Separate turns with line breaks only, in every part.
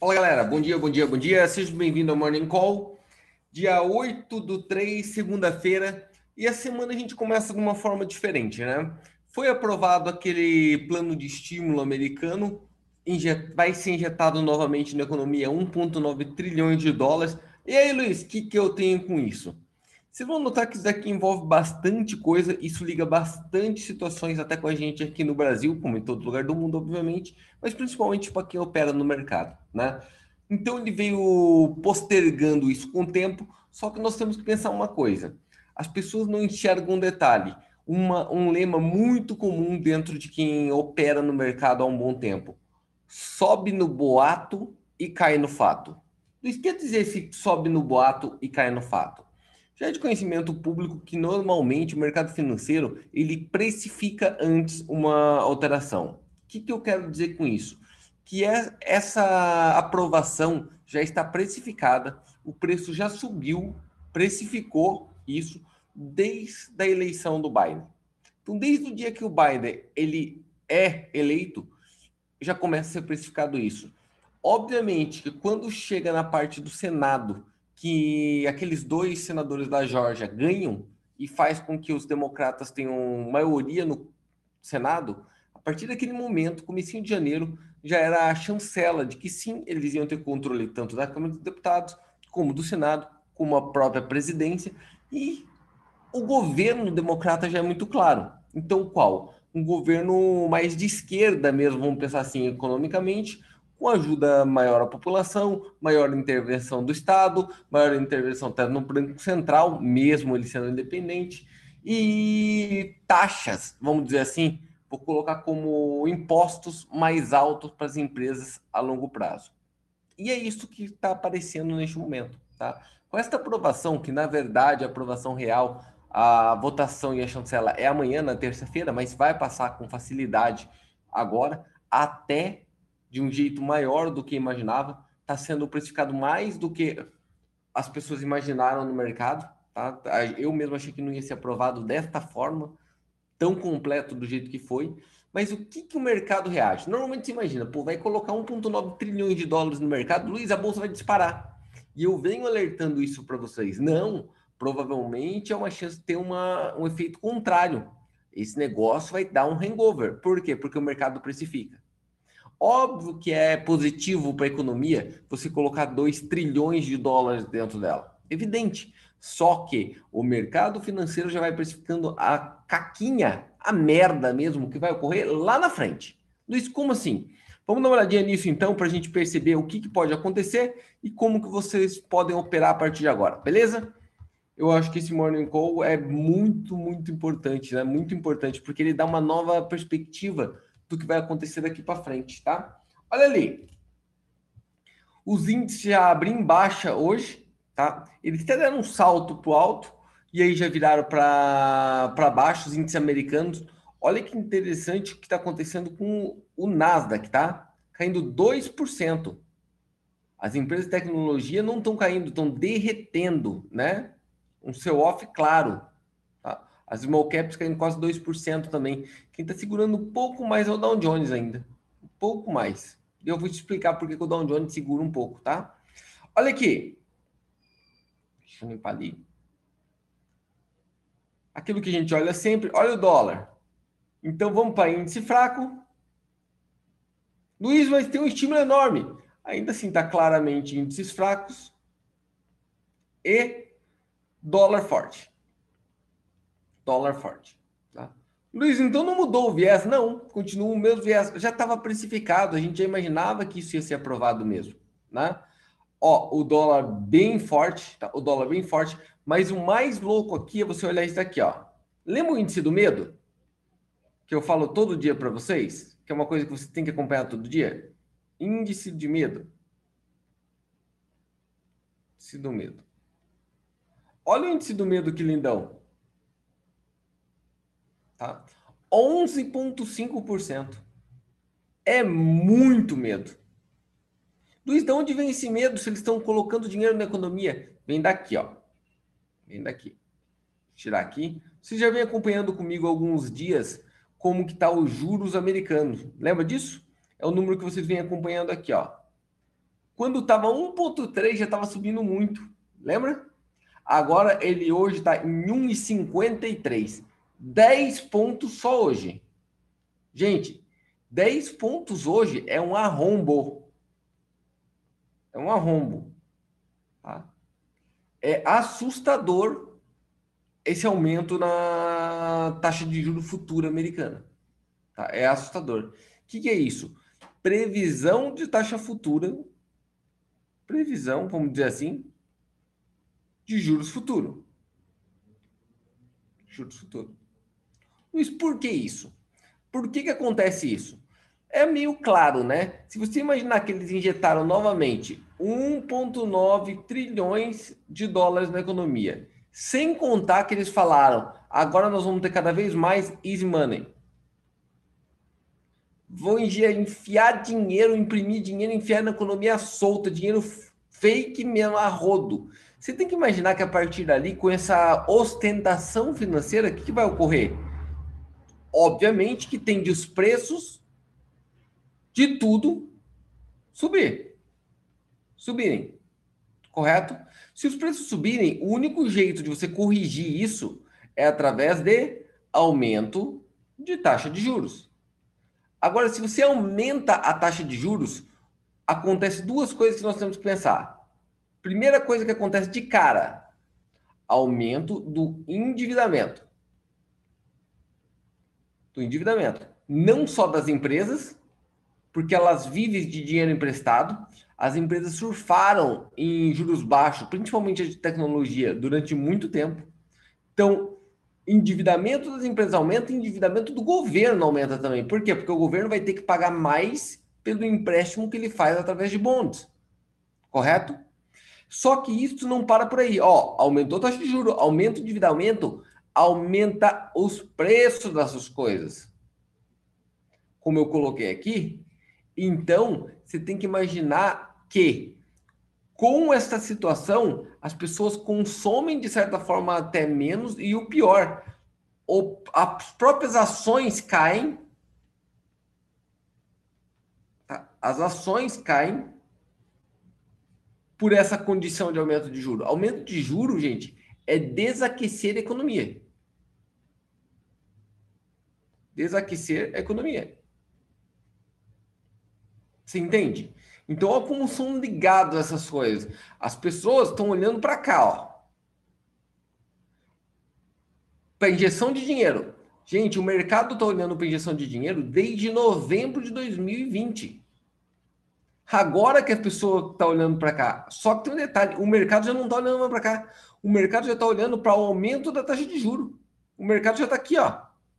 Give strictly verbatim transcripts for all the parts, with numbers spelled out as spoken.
Fala galera, bom dia, bom dia, bom dia. Seja bem-vindo ao Morning Call, dia oito do três, segunda-feira. E a semana a gente começa de uma forma diferente, né? Foi aprovado aquele plano de estímulo americano, injet- vai ser injetado novamente na economia um vírgula nove trilhões de dólares. E aí, Luiz, o que, que eu tenho com isso? Vocês vão notar que isso daqui envolve bastante coisa, isso liga bastante situações até com a gente aqui no Brasil, como em todo lugar do mundo, obviamente, mas principalmente para quem opera no mercado, né? Então ele veio postergando isso com o tempo, só que nós temos que pensar uma coisa: as pessoas não enxergam um detalhe, uma, um lema muito comum dentro de quem opera no mercado há um bom tempo: sobe no boato e cai no fato. Isso quer dizer se sobe no boato e cai no fato. Já é de conhecimento público que normalmente o mercado financeiro ele precifica antes uma alteração. O que, que eu quero dizer com isso? Que é, essa aprovação já está precificada, o preço já subiu, precificou isso desde a eleição do Biden. Então, desde o dia que o Biden ele é eleito, já começa a ser precificado isso. Obviamente que quando chega na parte do Senado, que aqueles dois senadores da Geórgia ganham e faz com que os democratas tenham maioria no Senado, a partir daquele momento, comecinho de janeiro, já era a chancela de que sim, eles iam ter controle tanto da Câmara dos Deputados, como do Senado, como a própria presidência, e o governo democrata já é muito claro. Então, qual? Um governo mais de esquerda mesmo, vamos pensar assim, economicamente, com ajuda maior à população, maior intervenção do Estado, maior intervenção até no Banco Central, mesmo ele sendo independente, e taxas, vamos dizer assim, vou colocar como impostos mais altos para as empresas a longo prazo. E é isso que está aparecendo neste momento, tá? Com esta aprovação, que na verdade a aprovação real, a votação e a chancela é amanhã, na terça-feira, mas vai passar com facilidade agora, até de um jeito maior do que imaginava, está sendo precificado mais do que as pessoas imaginaram no mercado, tá? Eu mesmo achei que não ia ser aprovado desta forma, tão completo do jeito que foi. Mas o que, que o mercado reage? Normalmente você imagina, pô, vai colocar um vírgula nove trilhões de dólares no mercado, Luiz, a bolsa vai disparar. E eu venho alertando isso para vocês. Não, provavelmente é uma chance de ter uma, um efeito contrário. Esse negócio vai dar um hangover. Por quê? Porque o mercado precifica. Óbvio que é positivo para a economia você colocar dois trilhões de dólares dentro dela. Evidente. Só que o mercado financeiro já vai precificando a caquinha, a merda mesmo, que vai ocorrer lá na frente. Luiz, como assim? Vamos dar uma olhadinha nisso então, para a gente perceber o que, que pode acontecer e como que vocês podem operar a partir de agora, beleza? Eu acho que esse Morning Call é muito, muito importante, né? Muito importante, porque ele dá uma nova perspectiva do que vai acontecer daqui para frente, tá? Olha ali, os índices já abriram em baixa hoje, tá? Eles até deram um salto para o alto e aí já viraram para baixo os índices americanos. Olha que interessante o que está acontecendo com o Nasdaq, tá? Caindo dois por cento. As empresas de tecnologia não estão caindo, estão derretendo, né? Um sell-off claro. Tá? As small caps caindo quase dois por cento também. Quem está segurando um pouco mais é o Dow Jones ainda. Um pouco mais. E eu vou te explicar por que que o Dow Jones segura um pouco, tá? Olha aqui. Deixa eu limpar ali. Aquilo que a gente olha sempre. Olha o dólar. Então vamos para índice fraco. Luiz, mas tem um estímulo enorme. Ainda assim está claramente índices fracos e dólar forte. Dólar forte. Tá? Luiz, então não mudou o viés? Não, continua o mesmo viés. Já estava precificado, a gente já imaginava que isso ia ser aprovado mesmo. Né? Ó, o dólar bem forte, tá? O dólar bem forte, mas o mais louco aqui é você olhar isso daqui, ó. Lembra o índice do medo? Que eu falo todo dia para vocês? Que é uma coisa que você tem que acompanhar todo dia? Índice de medo. Índice do medo. Olha o índice do medo, que lindão. Tá? onze vírgula cinco por cento. É muito medo. Luiz, de onde vem esse medo se eles estão colocando dinheiro na economia? Vem daqui, ó. Vem daqui. Vou tirar aqui. Você já vem acompanhando comigo há alguns dias como que tá os juros americanos. Lembra disso? É o número que vocês vêm acompanhando aqui, ó. Quando estava um ponto três já estava subindo muito, lembra? Agora ele hoje está em um e cinquenta e três. dez pontos só hoje. Gente, dez pontos hoje é um arrombo. É um arrombo. Tá? É assustador esse aumento na taxa de juros futura americana. Tá? É assustador. O que, que é isso? Previsão de taxa futura. Previsão, vamos dizer assim, de juros futuro. Juros futuro. Mas por que isso? Por que que acontece isso? É meio claro, né? Se você imaginar que eles injetaram novamente um vírgula nove trilhões de dólares na economia, sem contar que eles falaram, agora nós vamos ter cada vez mais easy money. Vão enfiar dinheiro, imprimir dinheiro, enfiar na economia solta, dinheiro fake mesmo, a rodo. Você tem que imaginar que a partir dali, com essa ostentação financeira, o que, que vai ocorrer? Obviamente que tende os preços de tudo subir. Subirem. Correto? Se os preços subirem, o único jeito de você corrigir isso é através de aumento de taxa de juros. Agora, se você aumenta a taxa de juros, acontece duas coisas que nós temos que pensar. Primeira coisa que acontece de cara, aumento do endividamento. Do endividamento. Não só das empresas, porque elas vivem de dinheiro emprestado. As empresas surfaram em juros baixos, principalmente a de tecnologia, durante muito tempo. Então, endividamento das empresas aumenta, endividamento do governo aumenta também. Por quê? Porque o governo vai ter que pagar mais pelo empréstimo que ele faz através de bonds. Correto? Só que isso não para por aí. Ó, aumentou a taxa de juros, aumenta o endividamento, aumenta os preços dessas coisas. Como eu coloquei aqui, então você tem que imaginar que com essa situação as pessoas consomem de certa forma até menos e o pior, o, as próprias ações caem, tá? As ações caem por essa condição de aumento de juros. Aumento de juros, gente, é desaquecer a economia. Desaquecer a economia. Você entende? Então, olha como são ligados essas coisas. As pessoas estão olhando para cá, ó. Para injeção de dinheiro. Gente, o mercado está olhando para injeção de dinheiro desde novembro de dois mil e vinte. Agora que a pessoa está olhando para cá. Só que tem um detalhe: o mercado já não está olhando para cá. O mercado já está olhando para o aumento da taxa de juros. O mercado já está aqui, ó.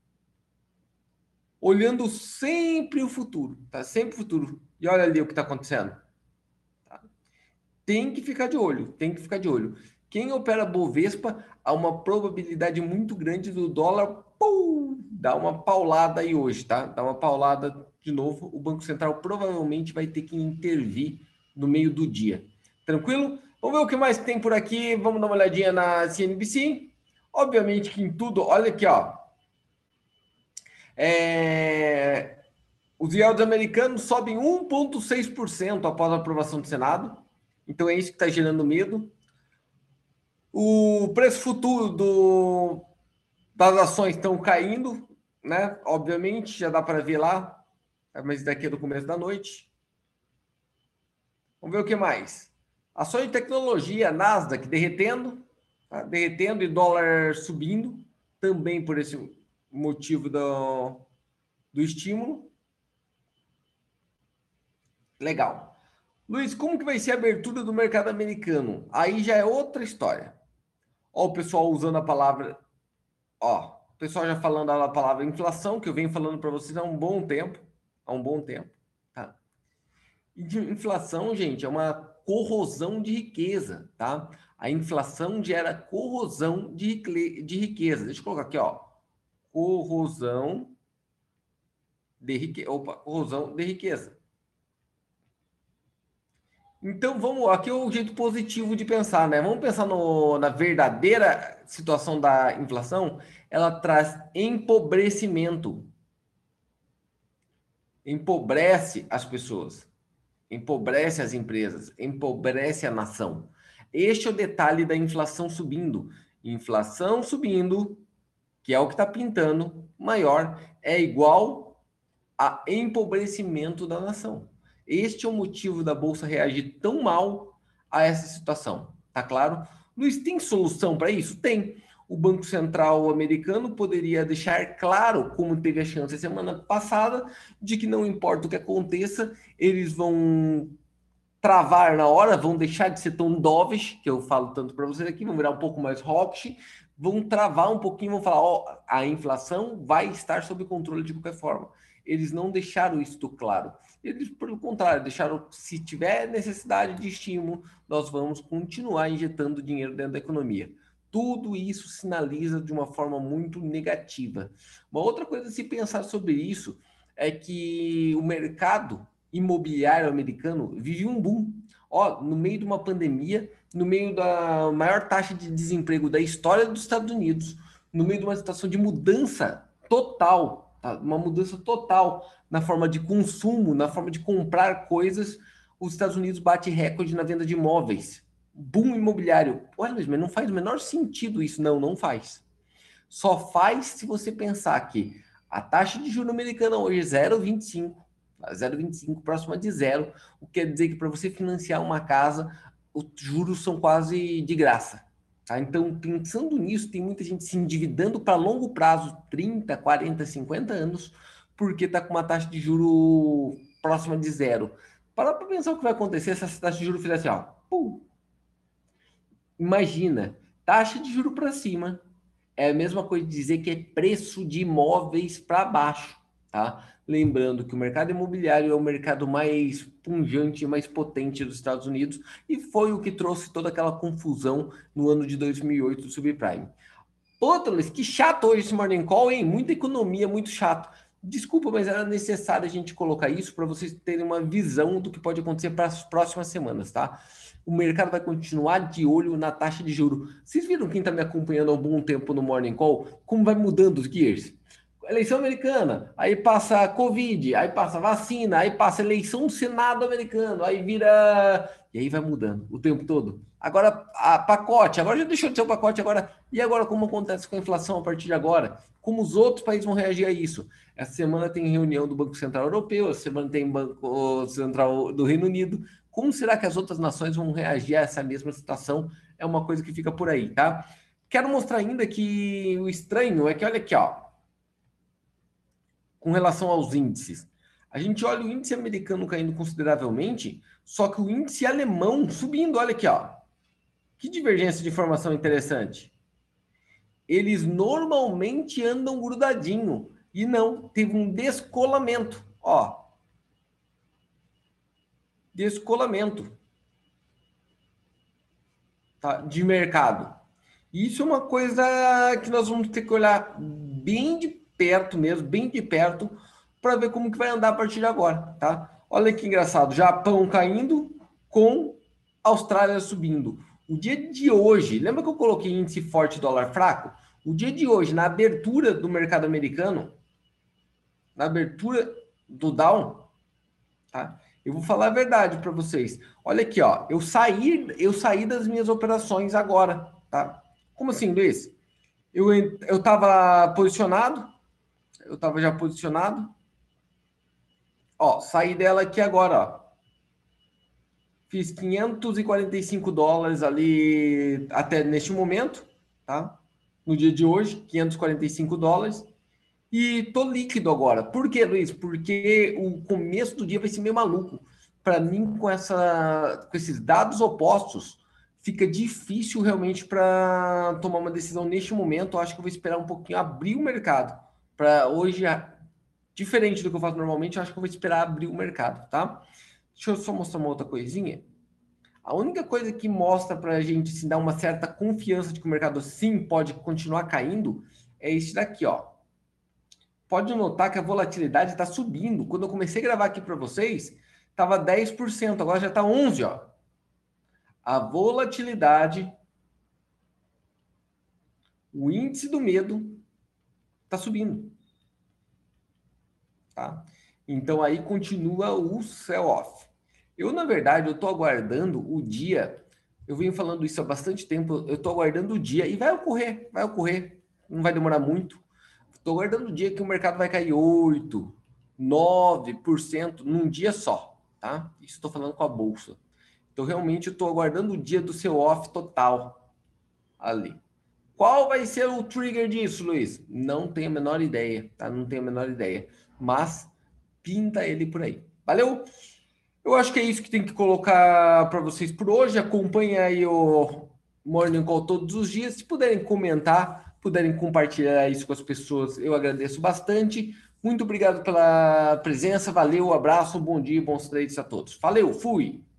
Olhando sempre o futuro. Tá sempre o futuro. E olha ali o que está acontecendo. Tá? Tem que ficar de olho. Tem que ficar de olho. Quem opera Bovespa, há uma probabilidade muito grande do dólar pum, dar uma paulada aí hoje, tá? Dar uma paulada de novo. O Banco Central provavelmente vai ter que intervir no meio do dia. Tranquilo? Vamos ver o que mais tem por aqui. Vamos dar uma olhadinha na C N B C. Obviamente que em tudo, olha aqui, ó. É... Os yields americanos sobem um vírgula seis por cento após a aprovação do Senado. Então é isso que está gerando medo. O preço futuro do, das ações estão caindo, né? Obviamente, já dá para ver lá, mas daqui é do começo da noite. Vamos ver o que mais. Ações de tecnologia, Nasdaq derretendo, tá? Derretendo e dólar subindo, também por esse motivo do, do estímulo. Legal. Luiz, como que vai ser a abertura do mercado americano? Aí já é outra história. Ó, o pessoal usando a palavra, ó, o pessoal já falando a palavra inflação, que eu venho falando para vocês há um bom tempo, há um bom tempo, tá? E de inflação, gente, é uma corrosão de riqueza, tá? A inflação gera corrosão de, de riqueza. Deixa eu colocar aqui, ó, corrosão de riqueza, opa, corrosão de riqueza. Então, vamos, aqui é o jeito positivo de pensar, né? Vamos pensar no, na verdadeira situação da inflação. Ela traz empobrecimento. Empobrece as pessoas. empobrece as empresas, empobrece a nação. Este é o detalhe da inflação subindo. Inflação subindo, que é o que está pintando, maior, é igual a empobrecimento da nação. Este é o motivo da Bolsa reagir tão mal a essa situação. Tá claro? Luiz, tem solução para isso? Tem. O Banco Central americano poderia deixar claro, como teve a chance semana passada, de que não importa o que aconteça, eles vão travar na hora, vão deixar de ser tão dovish, que eu falo tanto para vocês aqui, vão virar um pouco mais hawkish, vão travar um pouquinho, vão falar, ó, oh, a inflação vai estar sob controle de qualquer forma. Eles não deixaram isso claro. Eles, pelo contrário, deixaram, se tiver necessidade de estímulo, nós vamos continuar injetando dinheiro dentro da economia. Tudo isso sinaliza de uma forma muito negativa. Uma outra coisa a se pensar sobre isso é que o mercado imobiliário americano vive um boom. Ó, no meio de uma pandemia, no meio da maior taxa de desemprego da história dos Estados Unidos, no meio de uma situação de mudança total, tá? Uma mudança total na forma de consumo, na forma de comprar coisas, os Estados Unidos bate recorde na venda de imóveis. Boom imobiliário. Olha, mas não faz o menor sentido isso. Não, não faz. Só faz se você pensar que a taxa de juros americana hoje é zero vírgula vinte e cinco, zero vírgula vinte e cinco, próxima de zero, o que quer dizer que para você financiar uma casa, os juros são quase de graça. Tá? Então, pensando nisso, tem muita gente se endividando para longo prazo, trinta, quarenta, cinquenta anos, porque está com uma taxa de juro próxima de zero. Para para pensar o que vai acontecer se essa taxa de juros fizer assim, ó. Pum. Imagina, taxa de juro para cima, é a mesma coisa de dizer que é preço de imóveis para baixo, tá? Lembrando que o mercado imobiliário é o mercado mais pungente e mais potente dos Estados Unidos e foi o que trouxe toda aquela confusão no ano de dois mil e oito do subprime. Outra, Luiz, que chato hoje esse Morning Call, hein? Muita economia, muito chato. Desculpa, mas era necessário a gente colocar isso para vocês terem uma visão do que pode acontecer para as próximas semanas, tá? O mercado vai continuar de olho na taxa de juro. Vocês viram quem está me acompanhando há algum tempo no Morning Call? Como vai mudando os gears? Eleição americana, aí passa Covid, aí passa vacina, aí passa eleição do Senado americano, aí vira. E aí vai mudando o tempo todo. Agora, a pacote, agora já deixou de ser o pacote, agora. E agora, como acontece com a inflação a partir de agora? Como os outros países vão reagir a isso? Essa semana tem reunião do Banco Central Europeu, essa semana tem Banco Central do Reino Unido. Como será que as outras nações vão reagir a essa mesma situação? É uma coisa que fica por aí, tá? Quero mostrar ainda que o estranho é que, olha aqui, ó, com relação aos índices. A gente olha o índice americano caindo consideravelmente, só que o índice alemão subindo, olha aqui, ó. Que divergência de informação interessante. Eles normalmente andam grudadinho, e não, teve um descolamento, ó. Descolamento, tá, de mercado. Isso é uma coisa que nós vamos ter que olhar bem de perto mesmo, bem de perto, para ver como que vai andar a partir de agora, tá? Olha que engraçado, Japão caindo com Austrália subindo. O dia de hoje, lembra que eu coloquei índice forte dólar fraco? O dia de hoje, na abertura do mercado americano, na abertura do Dow, tá? Eu vou falar a verdade para vocês. Olha aqui, ó, eu saí, eu saí das minhas operações agora, tá? Como assim, Luiz? Eu eu estava posicionado, eu estava já posicionado. Ó, saí dela aqui agora, ó. Fiz quinhentos e quarenta e cinco dólares ali até neste momento, tá? No dia de hoje, quinhentos e quarenta e cinco dólares. E tô líquido agora. Por quê, Luiz? Porque o começo do dia vai ser meio maluco. Para mim, com, essa, com esses dados opostos, fica difícil realmente para tomar uma decisão neste momento. Eu acho que eu vou esperar um pouquinho abrir o mercado. Para hoje, diferente do que eu faço normalmente, eu acho que eu vou esperar abrir o mercado, tá? Deixa eu só mostrar uma outra coisinha. A única coisa que mostra para a gente se dar uma certa confiança de que o mercado sim pode continuar caindo é esse daqui, ó. Pode notar que a volatilidade está subindo. Quando eu comecei a gravar aqui para vocês, estava dez por cento, agora já está onze por cento. Ó. A volatilidade, o índice do medo está subindo. Tá? Então aí continua o sell-off. Eu, na verdade, eu tô aguardando o dia. Eu venho falando isso há bastante tempo. Eu tô aguardando o dia e vai ocorrer, vai ocorrer. Não vai demorar muito. Estou aguardando o dia que o mercado vai cair oito, nove por cento num dia só, tá? Isso estou falando com a bolsa. Então, realmente, estou aguardando o dia do seu off total ali. Qual vai ser o trigger disso, Luiz? Não tenho a menor ideia, tá? Não tenho a menor ideia. Mas pinta ele por aí. Valeu? Eu acho que é isso que tem que colocar para vocês por hoje. Acompanhe aí o Morning Call todos os dias. Se puderem comentar, puderem compartilhar isso com as pessoas, eu agradeço bastante. Muito obrigado pela presença. Valeu, abraço, bom dia, bons trades a todos. Valeu, fui!